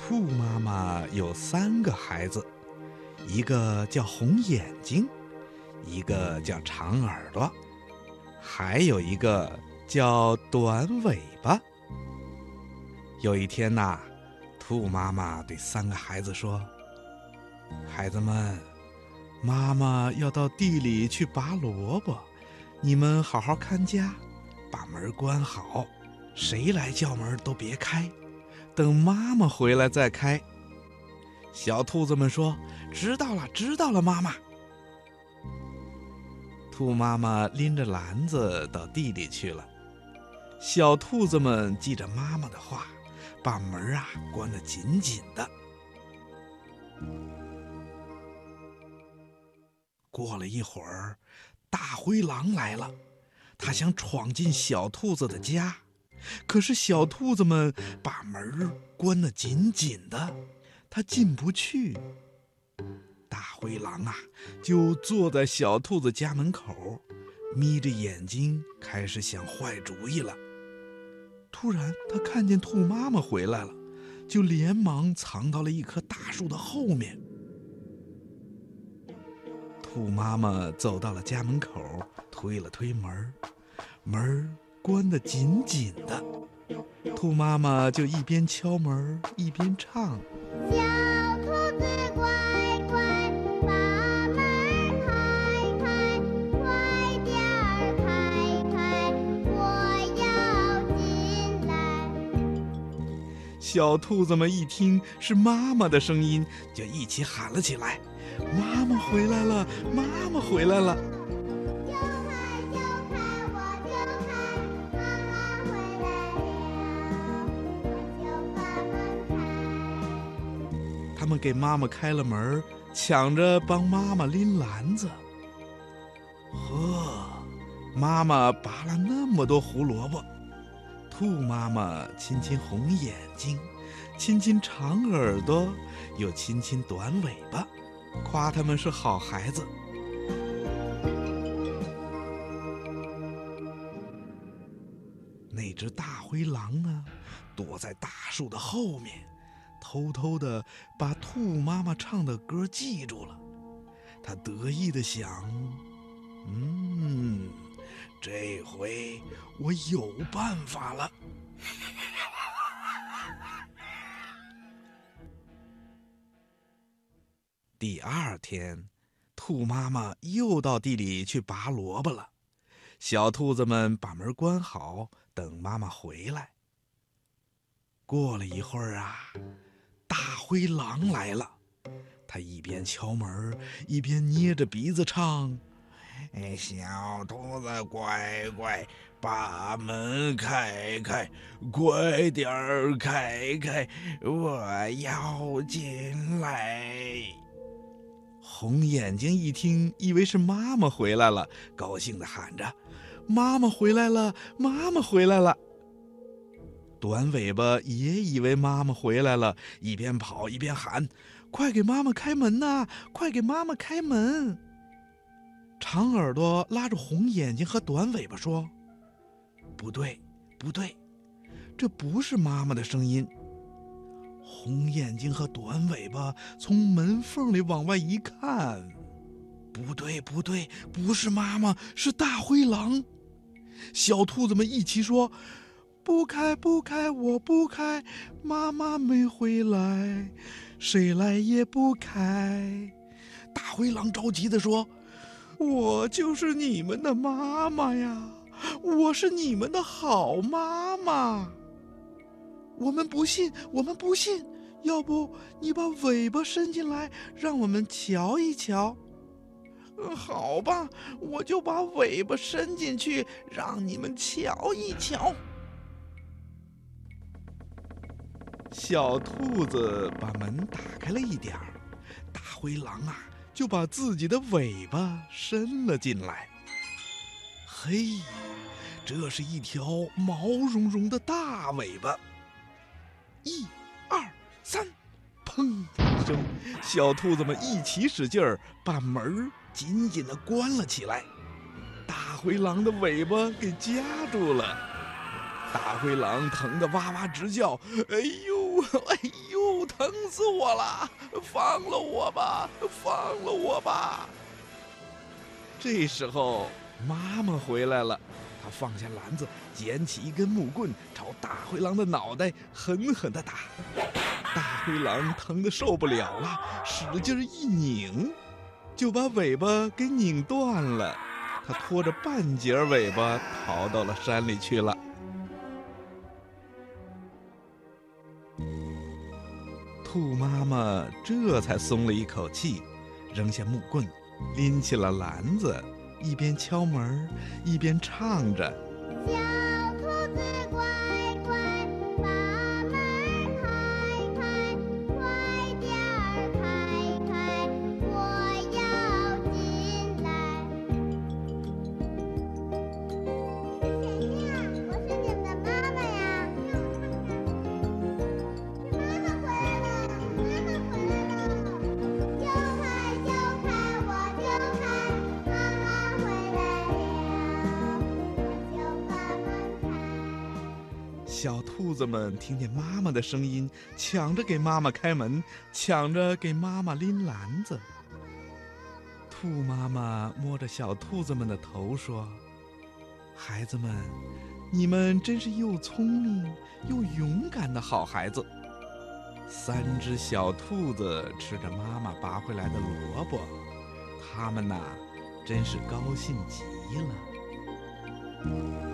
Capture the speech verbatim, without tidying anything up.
兔妈妈有三个孩子，一个叫红眼睛，一个叫长耳朵，还有一个叫短尾巴。有一天呐，兔妈妈对三个孩子说：孩子们，妈妈要到地里去拔萝卜，你们好好看家，把门关好，谁来叫门都别开，等妈妈回来再开。小兔子们说：知道了，知道了，妈妈。兔妈妈拎着篮子到地里去了，小兔子们记着妈妈的话，把门啊关得紧紧的。过了一会儿，大灰狼来了，他想闯进小兔子的家，可是小兔子们把门关得紧紧的，他进不去。大灰狼啊，就坐在小兔子家门口，眯着眼睛开始想坏主意了。突然他看见兔妈妈回来了，就连忙藏到了一棵大树的后面。兔妈妈走到了家门口，推了推门，门关得紧紧的。兔妈妈就一边敲门一边唱： 小兔子乖乖，把门开开，快点儿开开，我要进来。 小兔子们一听是妈妈的声音，就一起喊了起来：妈妈回来了，妈妈回来了。 就开就开，我就开，妈妈回来了，我就把门开。 他们给妈妈开了门，抢着帮妈妈拎篮子。呵，妈妈拔了那么多胡萝卜。兔妈妈亲亲红眼睛，亲亲长耳朵，又亲亲短尾巴，夸他们是好孩子。那只大灰狼呢，躲在大树的后面，偷偷地把兔妈妈唱的歌记住了。他得意地想：嗯，这回我有办法了。第二天，兔妈妈又到地里去拔萝卜了。小兔子们把门关好，等妈妈回来。过了一会儿啊，大灰狼来了，他一边敲门，一边捏着鼻子唱：哎，小兔子乖乖，把门开开，快点儿开开，我要进来。红眼睛一听，以为是妈妈回来了，高兴地喊着：妈妈回来了，妈妈回来了。短尾巴也以为妈妈回来了，一边跑一边喊：快给妈妈开门呐，快给妈妈开门。长耳朵拉着红眼睛和短尾巴说：不对不对，这不是妈妈的声音。红眼睛和短尾巴从门缝里往外一看，不对不对，不是妈妈，是大灰狼。小兔子们一起说：不开不开，我不开，妈妈没回来，谁来也不开。大灰狼着急地说：我就是你们的妈妈呀，我是你们的好妈妈。我们不信，我们不信，要不你把尾巴伸进来，让我们瞧一瞧。好吧，我就把尾巴伸进去，让你们瞧一瞧。小兔子把门打开了一点儿，大灰狼啊，就把自己的尾巴伸了进来。嘿，这是一条毛茸茸的大尾巴。一、二、三，砰一声，小兔子们一起使劲儿，把门紧紧地关了起来。大灰狼的尾巴给夹住了，大灰狼疼得哇哇直叫：哎呦呦，哎呦，疼死我了！放了我吧，放了我吧！这时候，妈妈回来了，她放下篮子，捡起一根木棍，朝大灰狼的脑袋狠狠地打。大灰狼疼得受不了了，使劲一拧，就把尾巴给拧断了。它拖着半截尾巴逃到了山里去了。兔妈妈这才松了一口气，扔下木棍，拎起了篮子，一边敲门一边唱着： 小兔子乖乖，把门开开，快点儿开开，我要进来。是谁呀？我是你们的妈妈呀！是妈妈回来了，妈妈回来了！就快就快，我就快，妈妈回来了，我就把门开。 小兔子们听见妈妈的声音，抢着给妈妈开门，抢着给妈妈拎篮子。兔妈妈摸着小兔子们的头说：“孩子们，你们真是又聪明又勇敢的好孩子。”三只小兔子吃着妈妈拔回来的萝卜，它们呐，真是高兴极了。